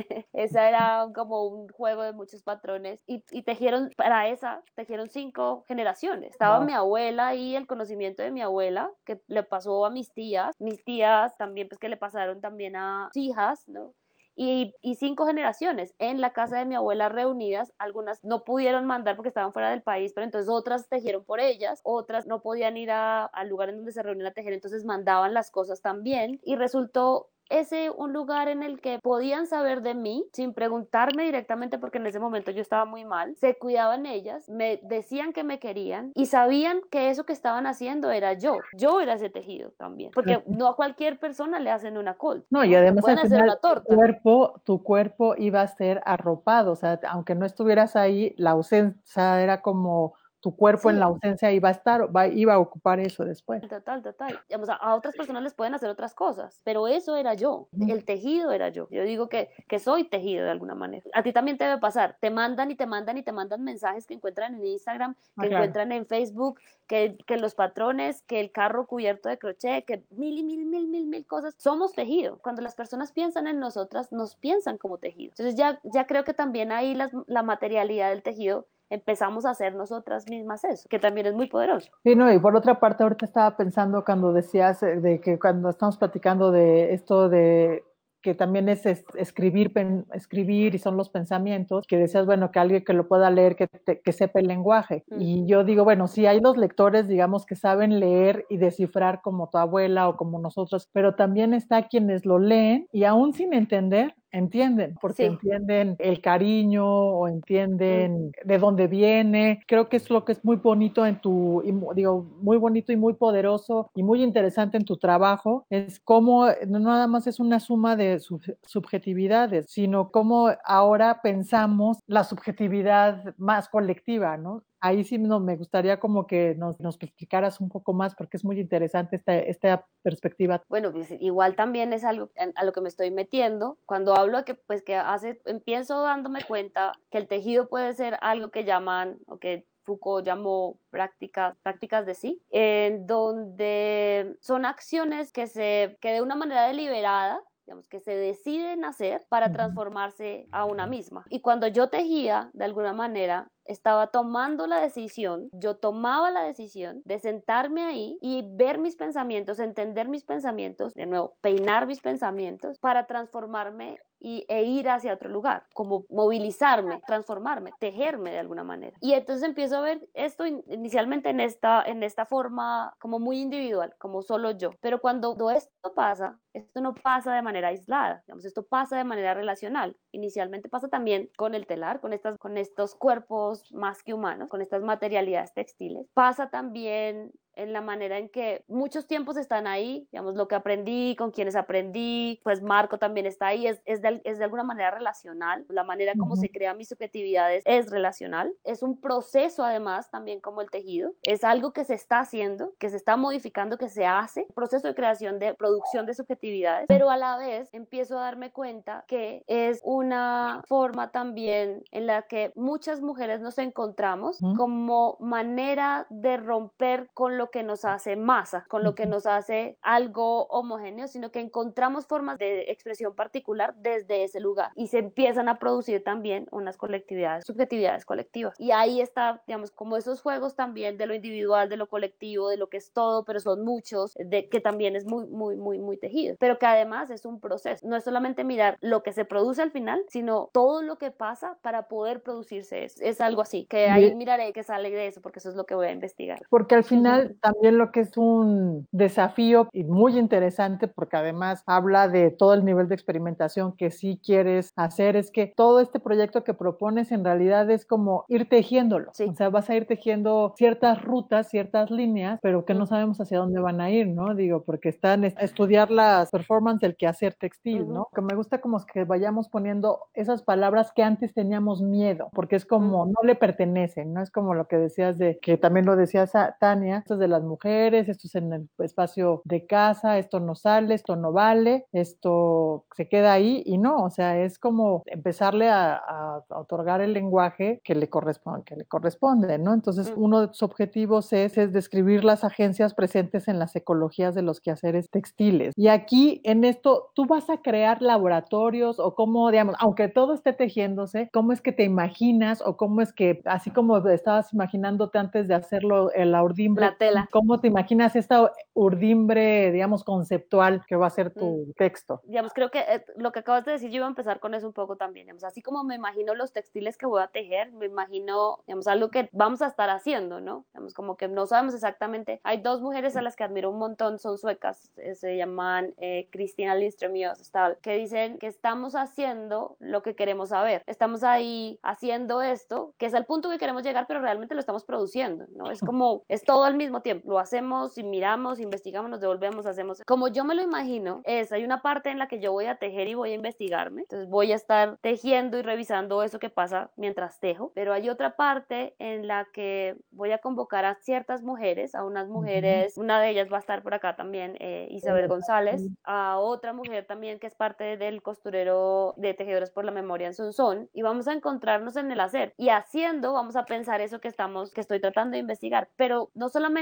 Esa era como un juego de muchos patrones, y, y tejieron, para esa, tejieron cinco generaciones. Estaba wow. Mi abuela y el conocimiento de mi abuela, que le pasó a mis tías, mis tías también, pues que le pasaron también a hijas, ¿no? Y, y cinco generaciones en la casa de mi abuela reunidas. Algunas no pudieron mandar porque estaban fuera del país, pero entonces otras tejieron por ellas, otras no podían ir a, al lugar en donde se reunían a tejer, entonces mandaban las cosas también, y resultó ese un lugar en el que podían saber de mí sin preguntarme directamente, porque en ese momento yo estaba muy mal, se cuidaban ellas, me decían que me querían y sabían que eso que estaban haciendo era yo, yo era ese tejido también, porque no a cualquier persona le hacen una colcha, no, y además pueden al hacer final, una torta. Tu cuerpo, tu cuerpo iba a ser arropado, o sea, aunque no estuvieras ahí, la ausencia era como tu cuerpo, sí, en la ausencia iba a estar, va, iba a ocupar eso después. Total, total. Digamos, a, a otras personas les pueden hacer otras cosas, pero eso era yo, uh-huh. El tejido era yo. Yo digo que, que soy tejido de alguna manera. A ti también te debe pasar, te mandan y te mandan y te mandan mensajes que encuentran en Instagram, que ah, claro. encuentran en Facebook, que, que los patrones, que el carro cubierto de crochet, que mil y mil, mil, mil, mil cosas. Somos tejido. Cuando las personas piensan en nosotras, nos piensan como tejido. Entonces ya, ya creo que también ahí las, la materialidad del tejido empezamos a hacer nosotras mismas eso, que también es muy poderoso. Sí, no, y por otra parte, ahorita estaba pensando cuando decías de que cuando estamos platicando de esto de que también es, es escribir, pen, escribir y son los pensamientos, que decías, bueno, que alguien que lo pueda leer, que, te, que sepa el lenguaje. Mm. Y yo digo, bueno, sí hay los lectores, digamos, que saben leer y descifrar como tu abuela o como nosotros, pero también está quienes lo leen y aún sin entender, entienden, porque sí. entienden el cariño o entienden mm. de dónde viene. Creo que es lo que es muy bonito en tu, digo, muy bonito y muy poderoso y muy interesante en tu trabajo, es cómo no nada más es una suma de sub, subjetividades, sino cómo ahora pensamos la subjetividad más colectiva, ¿no? Ahí sí no, me gustaría como que nos, nos explicaras un poco más porque es muy interesante esta, esta perspectiva. Bueno, pues igual también es algo a lo que me estoy metiendo. Cuando hablo de que, pues que hace, empiezo dándome cuenta que el tejido puede ser algo que llaman, o que Foucault llamó prácticas, prácticas de sí, en donde son acciones que, se, que de una manera deliberada, digamos, que se deciden hacer para transformarse a una misma. Y cuando yo tejía, de alguna manera, estaba tomando la decisión, yo tomaba la decisión de sentarme ahí y ver mis pensamientos, entender mis pensamientos, de nuevo, peinar mis pensamientos para transformarme y, e ir hacia otro lugar, como movilizarme, transformarme, tejerme de alguna manera. Y entonces empiezo a ver esto inicialmente en esta, en esta forma como muy individual, como solo yo. Pero cuando esto pasa, esto no pasa de manera aislada, digamos, esto pasa de manera relacional. Inicialmente pasa también con el telar, con, estas, con estos cuerpos más que humanos, con estas materialidades textiles. Pasa también en la manera en que muchos tiempos están ahí, digamos, lo que aprendí, con quienes aprendí, pues Marco también está ahí, es, es, de, es de alguna manera relacional, la manera como uh-huh. se crean mis subjetividades es relacional, es un proceso además también como el tejido, es algo que se está haciendo, que se está modificando, que se hace, proceso de creación, de producción de subjetividades, pero a la vez empiezo a darme cuenta que es una forma también en la que muchas mujeres nos encontramos uh-huh. como manera de romper con lo que nos hace masa, con lo que nos hace algo homogéneo, sino que encontramos formas de expresión particular desde ese lugar y se empiezan a producir también unas colectividades, subjetividades colectivas. Y ahí está, digamos, como esos juegos también de lo individual, de lo colectivo, de lo que es todo, pero son muchos, de que también es muy, muy, muy, muy tejido, pero que además es un proceso. No es solamente mirar lo que se produce al final, sino todo lo que pasa para poder producirse eso. Es algo así, que ahí miraré que sale de eso, porque eso es lo que voy a investigar. Porque al final también lo que es un desafío y muy interesante, porque además habla de todo el nivel de experimentación que sí quieres hacer, es que todo este proyecto que propones en realidad es como ir tejiéndolo. Sí. O sea, vas a ir tejiendo ciertas rutas, ciertas líneas, pero que no sabemos hacia dónde van a ir, ¿no? Digo, porque están a estudiar las performances del quehacer textil, uh-huh. ¿no? Que me gusta como que vayamos poniendo esas palabras que antes teníamos miedo, porque es como uh-huh. no le pertenecen, ¿no? Es como lo que decías de, que también lo decías Tania, esto es de las mujeres, esto es en el espacio de casa, esto no sale, esto no vale, esto se queda ahí y no, o sea, es como empezarle a, a, a otorgar el lenguaje que le corresponde, que le corresponde, ¿no? Entonces, mm. uno de tus objetivos es, es describir las agencias presentes en las ecologías de los quehaceres textiles. Y aquí, en esto, tú vas a crear laboratorios o cómo, digamos, aunque todo esté tejiéndose, ¿cómo es que te imaginas o cómo es que, así como estabas imaginándote antes de hacerlo, la urdimbre, la tela, ¿cómo te imaginas esta urdimbre, digamos, conceptual que va a ser tu mm. texto? Digamos, creo que eh, lo que acabas de decir, yo iba a empezar con eso un poco también, digamos, así como me imagino los textiles que voy a tejer, me imagino, digamos, algo que vamos a estar haciendo, ¿no? Digamos, como que no sabemos exactamente. Hay dos mujeres a las que admiro un montón, son suecas, eh, se llaman eh, Cristina Lindström y Åsa Stahl, que dicen que estamos haciendo lo que queremos saber, estamos ahí haciendo esto, que es al punto que queremos llegar, pero realmente lo estamos produciendo, ¿no? Es como, es todo al mismo tiempo, lo hacemos y miramos, investigamos, nos devolvemos, hacemos. Como yo me lo imagino, es, hay una parte en la que yo voy a tejer y voy a investigarme, entonces voy a estar tejiendo y revisando eso que pasa mientras tejo, pero hay otra parte en la que voy a convocar a ciertas mujeres, a unas mujeres, uh-huh. una de ellas va a estar por acá también, eh, Isabel González, a otra mujer también que es parte del costurero de Tejedores por la Memoria en Sonsón, y vamos a encontrarnos en el hacer, y haciendo vamos a pensar eso que estamos, que estoy tratando de investigar, pero no solamente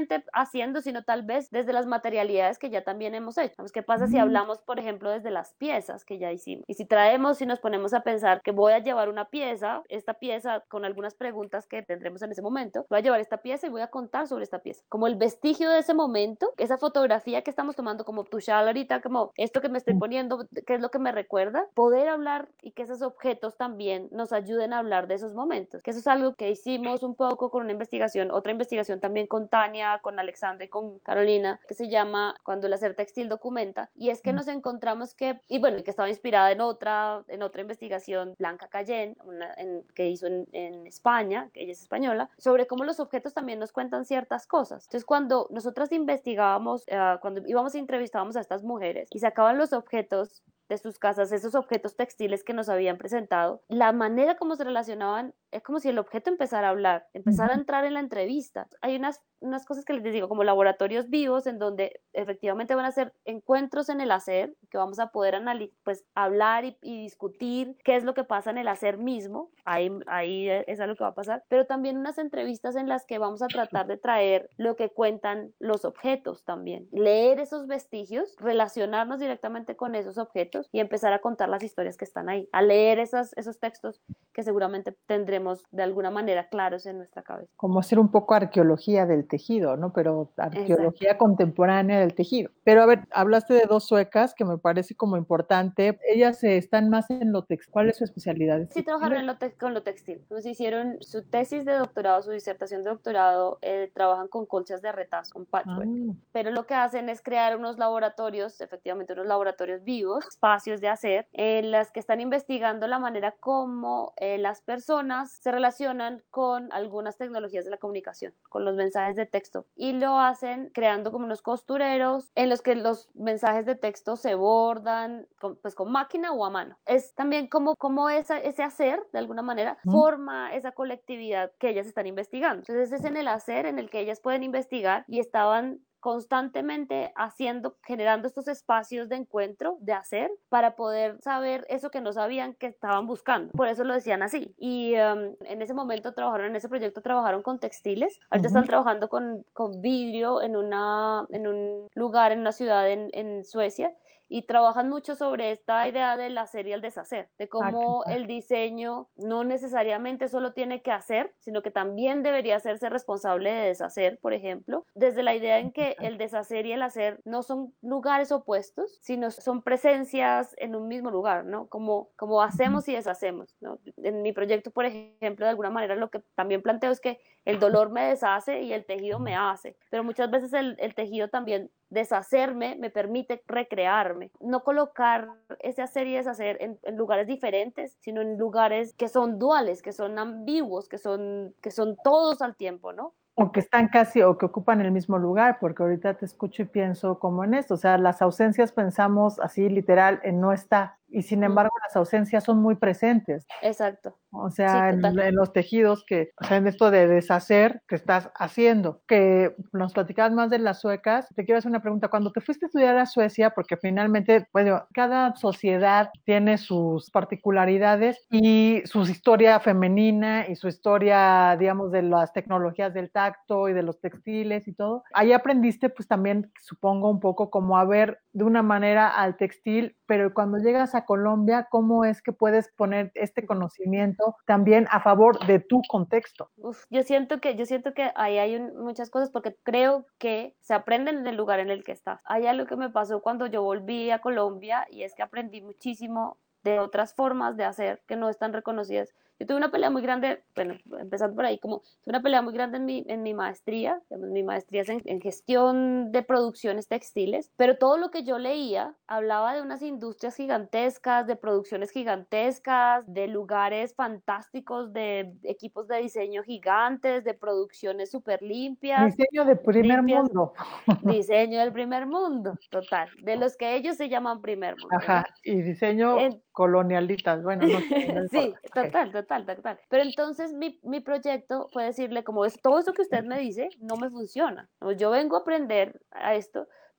solamente haciendo, sino tal vez desde las materialidades que ya también hemos hecho. ¿Qué pasa si hablamos, por ejemplo, desde las piezas que ya hicimos? Y si traemos y nos ponemos a pensar que voy a llevar una pieza, esta pieza con algunas preguntas que tendremos en ese momento, voy a llevar esta pieza y voy a contar sobre esta pieza. Como el vestigio de ese momento, esa fotografía que estamos tomando como tu chal ahorita, como esto que me estoy poniendo, qué es lo que me recuerda, poder hablar y que esos objetos también nos ayuden a hablar de esos momentos. Que eso es algo que hicimos un poco con una investigación, otra investigación también con Tania, con Alexandra y con Carolina, que se llama Cuando el hacer textil documenta, y es que nos encontramos que, y bueno, que estaba inspirada en otra, en otra investigación, Blanca Cayenne, una, en, que hizo en, en España, que ella es española, sobre cómo los objetos también nos cuentan ciertas cosas. Entonces, cuando nosotras investigábamos, uh, cuando íbamos y entrevistábamos a estas mujeres y sacaban los objetos de sus casas, esos objetos textiles que nos habían presentado, la manera como se relacionaban es como si el objeto empezara a hablar, empezara a entrar en la entrevista. Hay unas, unas cosas que les digo, como laboratorios vivos, en donde efectivamente van a ser encuentros en el hacer, que vamos a poder analizar, pues hablar y, y discutir qué es lo que pasa en el hacer mismo, ahí, ahí es algo que va a pasar, pero también unas entrevistas en las que vamos a tratar de traer lo que cuentan los objetos también, leer esos vestigios, relacionarnos directamente con esos objetos y empezar a contar las historias que están ahí, a leer esas, esos textos que seguramente tendremos de alguna manera claros en nuestra cabeza. Como hacer un poco arqueología del tejido, ¿no? Pero arqueología Exacto. Contemporánea del tejido. Pero a ver, hablaste de dos suecas que me parece como importante. Ellas eh, están más en lo textil. ¿Cuál es su especialidad? Sí, trabajaron en lo te- con lo textil. Entonces hicieron su tesis de doctorado, su disertación de doctorado, eh, trabajan con colchas de retazo, con patchwork. Ah. Pero lo que hacen es crear unos laboratorios, efectivamente unos laboratorios vivos, espacios de hacer, en las que están investigando la manera como eh, las personas se relacionan con algunas tecnologías de la comunicación, con los mensajes de texto, y lo hacen creando como unos costureros en los que los mensajes de texto se bordan con, pues con máquina o a mano. Es también como, como esa, ese hacer, de alguna manera, ¿Mm? forma esa colectividad que ellas están investigando. Entonces es en el hacer en el que ellas pueden investigar y estaban constantemente haciendo, generando estos espacios de encuentro, de hacer, para poder saber eso que no sabían que estaban buscando. Por eso lo decían así. Y um, en ese momento trabajaron, en ese proyecto trabajaron con textiles. Ahorita uh-huh. están trabajando con, con vidrio en, una, en un lugar, en una ciudad en, en Suecia. Y trabajan mucho sobre esta idea del hacer y el deshacer, de cómo el diseño no necesariamente solo tiene que hacer, sino que también debería hacerse responsable de deshacer, por ejemplo, desde la idea en que el deshacer y el hacer no son lugares opuestos, sino son presencias en un mismo lugar, ¿no? Como, como hacemos y deshacemos, ¿no? En mi proyecto, por ejemplo, de alguna manera lo que también planteo es que el dolor me deshace y el tejido me hace, pero muchas veces el, el tejido también deshacerme me permite recrearme, no colocar ese hacer y deshacer en, en lugares diferentes, sino en lugares que son duales, que son ambiguos, que son, que son todos al tiempo, ¿no? O que están casi, o que ocupan el mismo lugar, porque ahorita te escucho y pienso como en esto, o sea, las ausencias pensamos así literal en no está, y sin embargo las ausencias son muy presentes. Exacto. O sea, sí, en, en los tejidos que, o sea, en esto de deshacer que estás haciendo, que nos platicabas más de las suecas. Te quiero hacer una pregunta, cuando te fuiste a estudiar a Suecia, porque finalmente, bueno, cada sociedad tiene sus particularidades y su historia femenina y su historia, digamos, de las tecnologías del tacto y de los textiles y todo. Ahí aprendiste, pues también, supongo, un poco como a ver de una manera al textil, pero cuando llegas a Colombia, ¿cómo es que puedes poner este conocimiento también a favor de tu contexto? Uf, yo siento que yo siento que ahí hay un, muchas cosas, porque creo que se aprenden en el lugar en el que estás. Hay algo que me pasó cuando yo volví a Colombia, y es que aprendí muchísimo de otras formas de hacer que no están reconocidas. Yo tuve una pelea muy grande, bueno, empezando por ahí, como tuve una pelea muy grande en mi, en mi maestría, mi maestría es en, en gestión de producciones textiles, pero todo lo que yo leía hablaba de unas industrias gigantescas, de producciones gigantescas, de lugares fantásticos, de equipos de diseño gigantes, de producciones súper limpias. Diseño de primer limpias, mundo. Diseño del primer mundo, total, de los que ellos se llaman primer mundo. Ajá, ¿no? Y diseño en... colonialistas, bueno, no sé. No sí, total, total, total. Pero entonces mi, mi proyecto fue decirle, como es todo eso que usted me dice, no me funciona. Yo vengo a aprender a esto,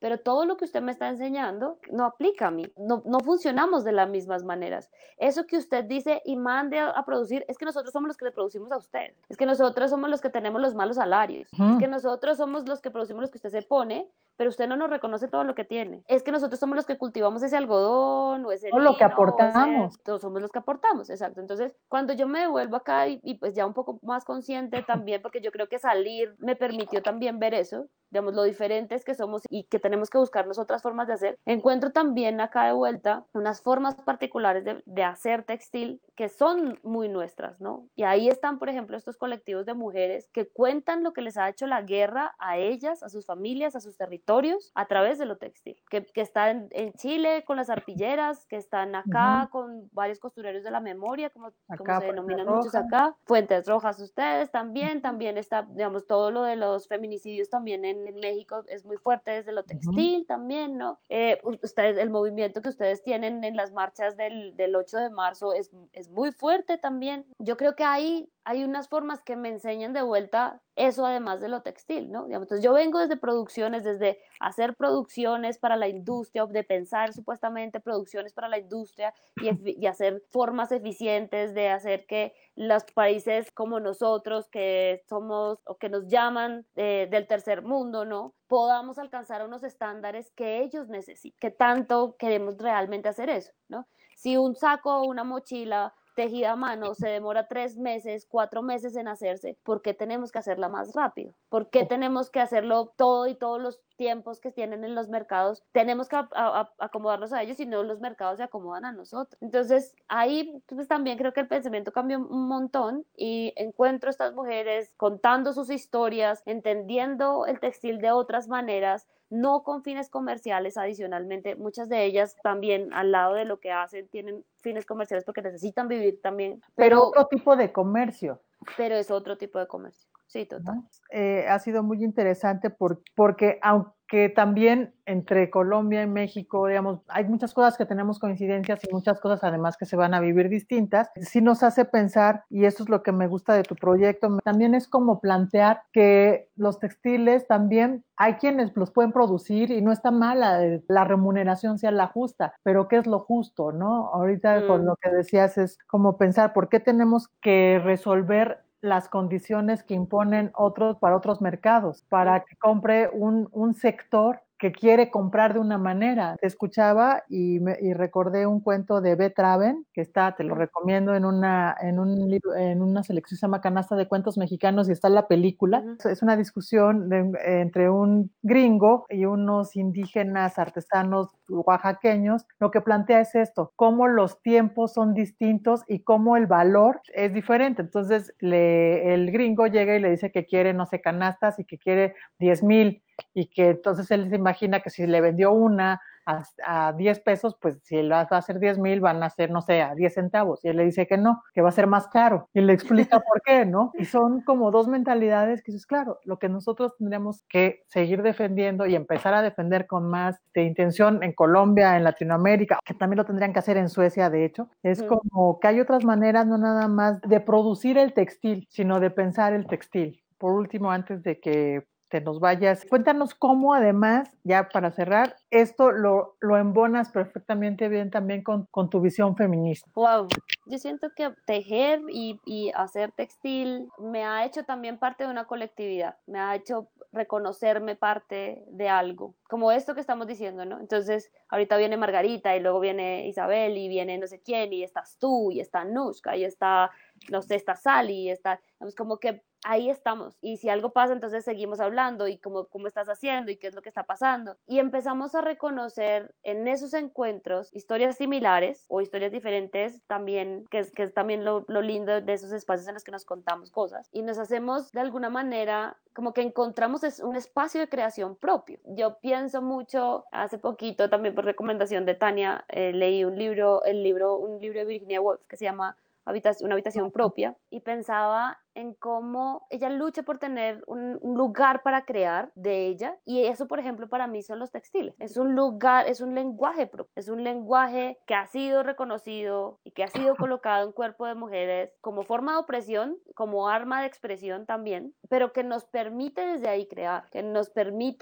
pero todo lo que usted me está enseñando no aplica a mí, no, no funcionamos de las mismas maneras. Eso que usted dice y mande a, a producir, es que nosotros somos los que le producimos a usted, es que nosotros somos los que tenemos los malos salarios, uh-huh. Es que nosotros somos los que producimos los que usted se pone, pero usted no nos reconoce todo lo que tiene. Es que nosotros somos los que cultivamos ese algodón o ese o lino, lo que aportamos. Ese, todos somos los que aportamos, exacto. Entonces, cuando yo me devuelvo acá y, y pues ya un poco más consciente también, porque yo creo que salir me permitió también ver eso, digamos, lo diferentes que somos y que tenemos que buscarnos otras formas de hacer, encuentro también acá de vuelta unas formas particulares de, de hacer textil que son muy nuestras, ¿no? Y ahí están, por ejemplo, estos colectivos de mujeres que cuentan lo que les ha hecho la guerra a ellas, a sus familias, a sus territorios, a través de lo textil, que, que están en Chile con las arpilleras, que están acá uh-huh. con varios costureros de la memoria, como, como se denominan muchos acá, Fuentes Rojas ustedes también, uh-huh. también está, digamos, todo lo de los feminicidios también en en México es muy fuerte desde lo textil uh-huh. también, ¿no? Eh, ustedes, el movimiento que ustedes tienen en las marchas del, del ocho de marzo es, es muy fuerte también. Yo creo que hay, hay unas formas que me enseñan de vuelta eso además de lo textil, ¿no? Entonces yo vengo desde producciones, desde hacer producciones para la industria, de pensar supuestamente producciones para la industria y, y hacer formas eficientes de hacer que los países como nosotros, que somos o que nos llaman eh, del tercer mundo, ¿no? Podamos alcanzar unos estándares que ellos necesitan, que tanto queremos realmente hacer eso, ¿no? Si un saco o una mochila tejida a mano se demora tres meses, cuatro meses en hacerse, ¿por qué tenemos que hacerla más rápido? ¿Por qué tenemos que hacerlo todo y todos los tiempos que tienen en los mercados? Tenemos que a, a, acomodarnos a ellos y no los mercados se acomodan a nosotros. Entonces ahí pues, también creo que el pensamiento cambió un montón y encuentro estas mujeres contando sus historias, entendiendo el textil de otras maneras, no con fines comerciales adicionalmente. Muchas de ellas también al lado de lo que hacen tienen fines comerciales porque necesitan vivir también. Pero, pero otro tipo de comercio. Pero es otro tipo de comercio, sí, total. ¿No? Eh, ha sido muy interesante por, porque aunque también entre Colombia y México, digamos, hay muchas cosas que tenemos coincidencias y muchas cosas además que se van a vivir distintas, sí nos hace pensar, y eso es lo que me gusta de tu proyecto, también es como plantear que los textiles también hay quienes los pueden producir y no está mala, la remuneración sea la justa, pero ¿qué es lo justo, no? Ahorita mm. con lo que decías es como pensar, ¿por qué tenemos que resolver las condiciones que imponen otros para otros mercados, para que compre un, un sector que quiere comprar de una manera? Te escuchaba y, me, y recordé un cuento de Beth Raven, que está, te lo recomiendo, en una, en un libro, en una selección que se llama Canasta de Cuentos Mexicanos y está la película. Uh-huh. Es una discusión de, entre un gringo y unos indígenas artesanos oaxaqueños. Lo que plantea es esto, cómo los tiempos son distintos y cómo el valor es diferente. Entonces le, el gringo llega y le dice que quiere, no sé, canastas y que quiere diez mil y que entonces él se imagina que si le vendió una a, a diez pesos, pues si él va a hacer diez mil van a ser, no sé, a diez centavos. Y él le dice que no, que va a ser más caro. Y le explica por qué, ¿no? Y son como dos mentalidades que dices, claro, lo que nosotros tendríamos que seguir defendiendo y empezar a defender con más de intención en Colombia, en Latinoamérica, que también lo tendrían que hacer en Suecia, de hecho, es mm. como que hay otras maneras, no nada más de producir el textil, sino de pensar el textil. Por último, antes de que te nos vayas, cuéntanos cómo además, ya para cerrar, esto lo, lo embonas perfectamente bien también con, con tu visión feminista. Wow, yo siento que tejer y, y hacer textil me ha hecho también parte de una colectividad, me ha hecho reconocerme parte de algo, como esto que estamos diciendo, ¿no? Entonces, ahorita viene Margarita y luego viene Isabel y viene no sé quién y estás tú y está Nushka y está, no sé, está Sally y está, es como que ahí estamos, y si algo pasa, entonces seguimos hablando, y cómo, cómo estás haciendo, y qué es lo que está pasando, y empezamos a reconocer en esos encuentros historias similares, o historias diferentes también, que es, que es también lo, lo lindo de esos espacios en los que nos contamos cosas, y nos hacemos de alguna manera, como que encontramos un espacio de creación propio. Yo pienso mucho, hace poquito, también por recomendación de Tania, eh, leí un libro, el libro, un libro de Virginia Woolf, que se llama Habitación, una habitación propia, y pensaba en cómo ella lucha por tener un, un lugar para crear de ella, y eso, por ejemplo, para mí son los textiles. Es un lugar, es un lenguaje propio, es un lenguaje que ha sido reconocido y que ha sido colocado en cuerpo de mujeres como forma de opresión, como arma de expresión también, pero que nos permite desde ahí crear, que nos permite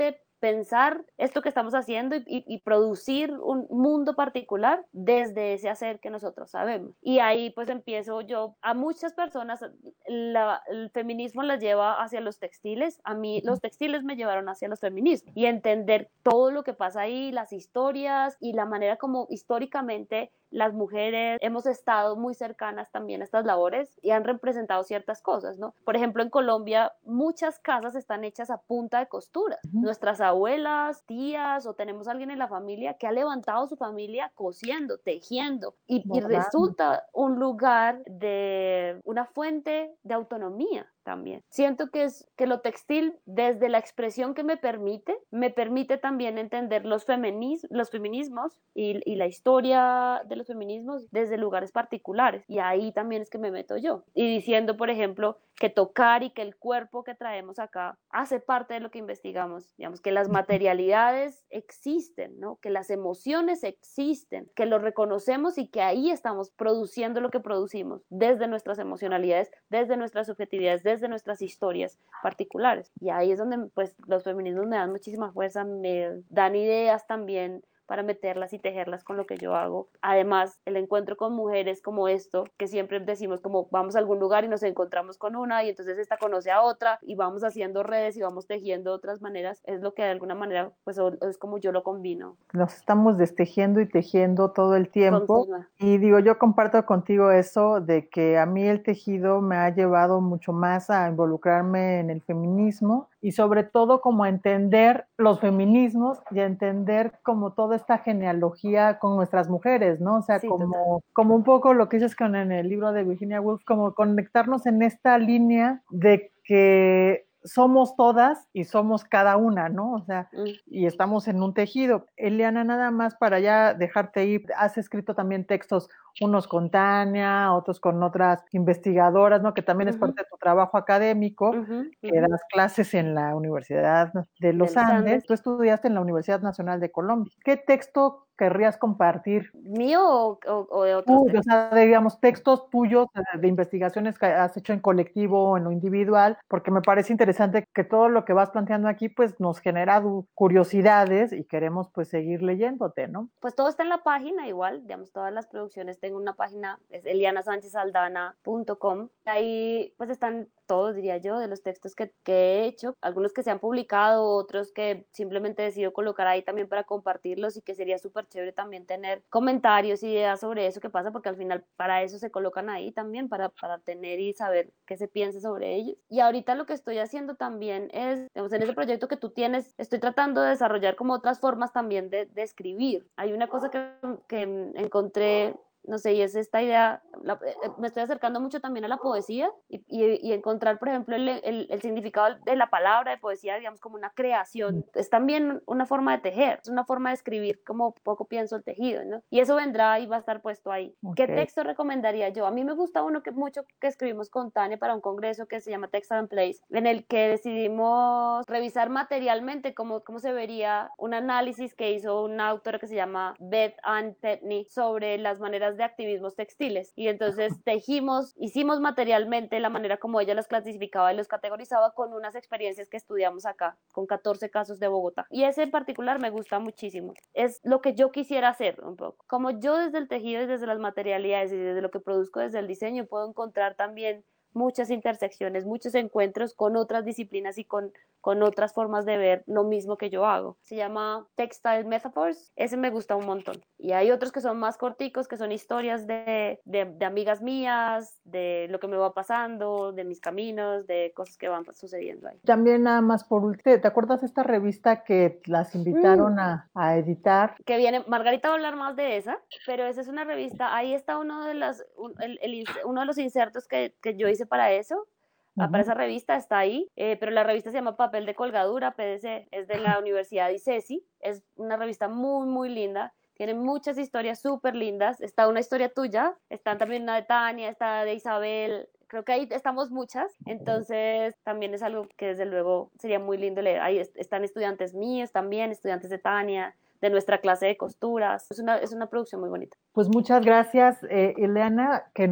pensar esto que estamos haciendo y, y, y producir un mundo particular desde ese hacer que nosotros sabemos. Y ahí pues empiezo yo, a muchas personas la, el feminismo las lleva hacia los textiles, a mí los textiles me llevaron hacia los feminismos y entender todo lo que pasa ahí, las historias y la manera como históricamente las mujeres hemos estado muy cercanas también a estas labores y han representado ciertas cosas, ¿no? Por ejemplo, en Colombia muchas casas están hechas a punta de costura. Uh-huh. Nuestras abuelas, tías o tenemos alguien en la familia que ha levantado su familia cosiendo, tejiendo y, y resulta un lugar de una fuente de autonomía también. Siento que es que lo textil desde la expresión que me permite, me permite también entender los, feminis, los feminismos y, y la historia de los feminismos desde lugares particulares y ahí también es que me meto yo y diciendo por ejemplo que tocar y que el cuerpo que traemos acá hace parte de lo que investigamos, digamos que las materialidades existen, ¿no? Que las emociones existen, que lo reconocemos y que ahí estamos produciendo lo que producimos desde nuestras emocionalidades, desde nuestras subjetividades, desde nuestras historias particulares. Y ahí es donde pues los feminismos me dan muchísima fuerza, me dan ideas también para meterlas y tejerlas con lo que yo hago. Además, el encuentro con mujeres como esto, que siempre decimos como vamos a algún lugar y nos encontramos con una y entonces esta conoce a otra y vamos haciendo redes y vamos tejiendo otras maneras, es lo que de alguna manera pues es como yo lo combino. Nos estamos destejiendo y tejiendo todo el tiempo. Continua. Y digo, yo comparto contigo eso de que a mí el tejido me ha llevado mucho más a involucrarme en el feminismo y sobre todo como a entender los feminismos y a entender como toda esta genealogía con nuestras mujeres, ¿no? O sea, sí, como, como un poco lo que dices con en el libro de Virginia Woolf, como conectarnos en esta línea de que somos todas y somos cada una, ¿no? O sea, mm. y estamos en un tejido. Eliana, nada más para ya dejarte ir, has escrito también textos, unos con Tania, otros con otras investigadoras, ¿no? Que también uh-huh. es parte de tu trabajo académico, uh-huh. que uh-huh. das clases en la Universidad de los, de los Andes. Andes. Tú estudiaste en la Universidad Nacional de Colombia. ¿Qué texto querrías compartir? ¿Mío o, o, o de otros? Uy, o sea, digamos, textos tuyos de, de investigaciones que has hecho en colectivo o en lo individual, porque me parece interesante que todo lo que vas planteando aquí, pues, nos genera curiosidades y queremos, pues, seguir leyéndote, ¿no? Pues todo está en la página igual, digamos, todas las producciones, tengo una página, es eliana sánchez aldana punto com, ahí, pues, están todos, diría yo, de los textos que, que he hecho, algunos que se han publicado, otros que simplemente decido colocar ahí también para compartirlos y que sería súper chévere también tener comentarios, ideas sobre eso que pasa, porque al final para eso se colocan ahí también, para, para tener y saber qué se piensa sobre ellos. Y ahorita lo que estoy haciendo también es, digamos, en ese proyecto que tú tienes, estoy tratando de desarrollar como otras formas también de, de escribir. Hay una cosa que, que encontré, no sé, y es esta idea, la, me estoy acercando mucho también a la poesía y, y, y encontrar, por ejemplo, el, el, el significado de la palabra de poesía, digamos, como una creación, es también una forma de tejer, es una forma de escribir como poco pienso el tejido, ¿no? Y eso vendrá y va a estar puesto ahí. Okay. ¿Qué texto recomendaría yo? A mí me gusta uno que mucho que escribimos con Tania para un congreso que se llama Text and Place, en el que decidimos revisar materialmente cómo, cómo se vería un análisis que hizo una autora que se llama Beth Ann Petney sobre las maneras de activismos textiles y entonces tejimos, hicimos materialmente la manera como ella los clasificaba y los categorizaba con unas experiencias que estudiamos acá, con catorce casos de Bogotá, y ese en particular me gusta muchísimo, es lo que yo quisiera hacer un poco, como yo desde el tejido y desde las materialidades y desde lo que produzco desde el diseño puedo encontrar también muchas intersecciones, muchos encuentros con otras disciplinas y con, con otras formas de ver lo mismo que yo hago. Se llama Textile Metaphors, ese me gusta un montón. Y hay otros que son más corticos, que son historias de, de, de amigas mías, de lo que me va pasando, de mis caminos, de cosas que van sucediendo ahí. También nada más por último, ¿te acuerdas de esta revista que las invitaron mm. a, a editar? Que viene, Margarita va a hablar más de esa, pero esa es una revista, ahí está uno de, las, un, el, el, uno de los insertos que, que yo hice para eso, uh-huh. para esa revista, está ahí, eh, pero la revista se llama Papel de Colgadura, P D C, es de la Universidad de ICESI, es una revista muy, muy linda, tiene muchas historias súper lindas, está una historia tuya, está también una de Tania, está de Isabel, creo que ahí estamos muchas, entonces también es algo que desde luego sería muy lindo leer, ahí están estudiantes míos también, estudiantes de Tania, de nuestra clase de costuras, es una, es una producción muy bonita. Pues muchas gracias, eh, Eliana, que nos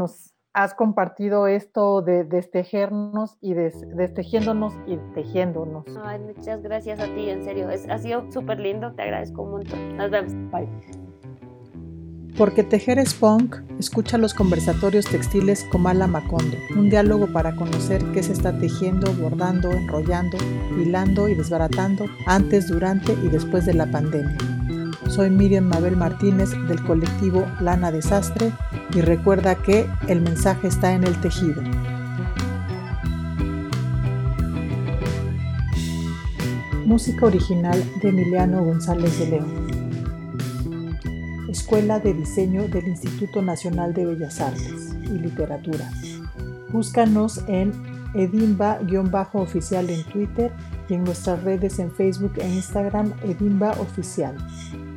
has compartido esto de destejernos y des, destejiéndonos y tejiéndonos. Ay, muchas gracias a ti, en serio. Es, ha sido súper lindo, te agradezco un montón. Nos vemos. Bye. Porque tejer es punk, escucha los conversatorios textiles con Mala Macondo, un diálogo para conocer qué se está tejiendo, bordando, enrollando, hilando y desbaratando antes, durante y después de la pandemia. Soy Miriam Mabel Martínez del colectivo Lana Desastre y recuerda que el mensaje está en el tejido. Música original de Emiliano González de León. Escuela de Diseño del Instituto Nacional de Bellas Artes y Literatura. Búscanos en edimba-oficial en Twitter y en nuestras redes en Facebook e Instagram edimba oficial.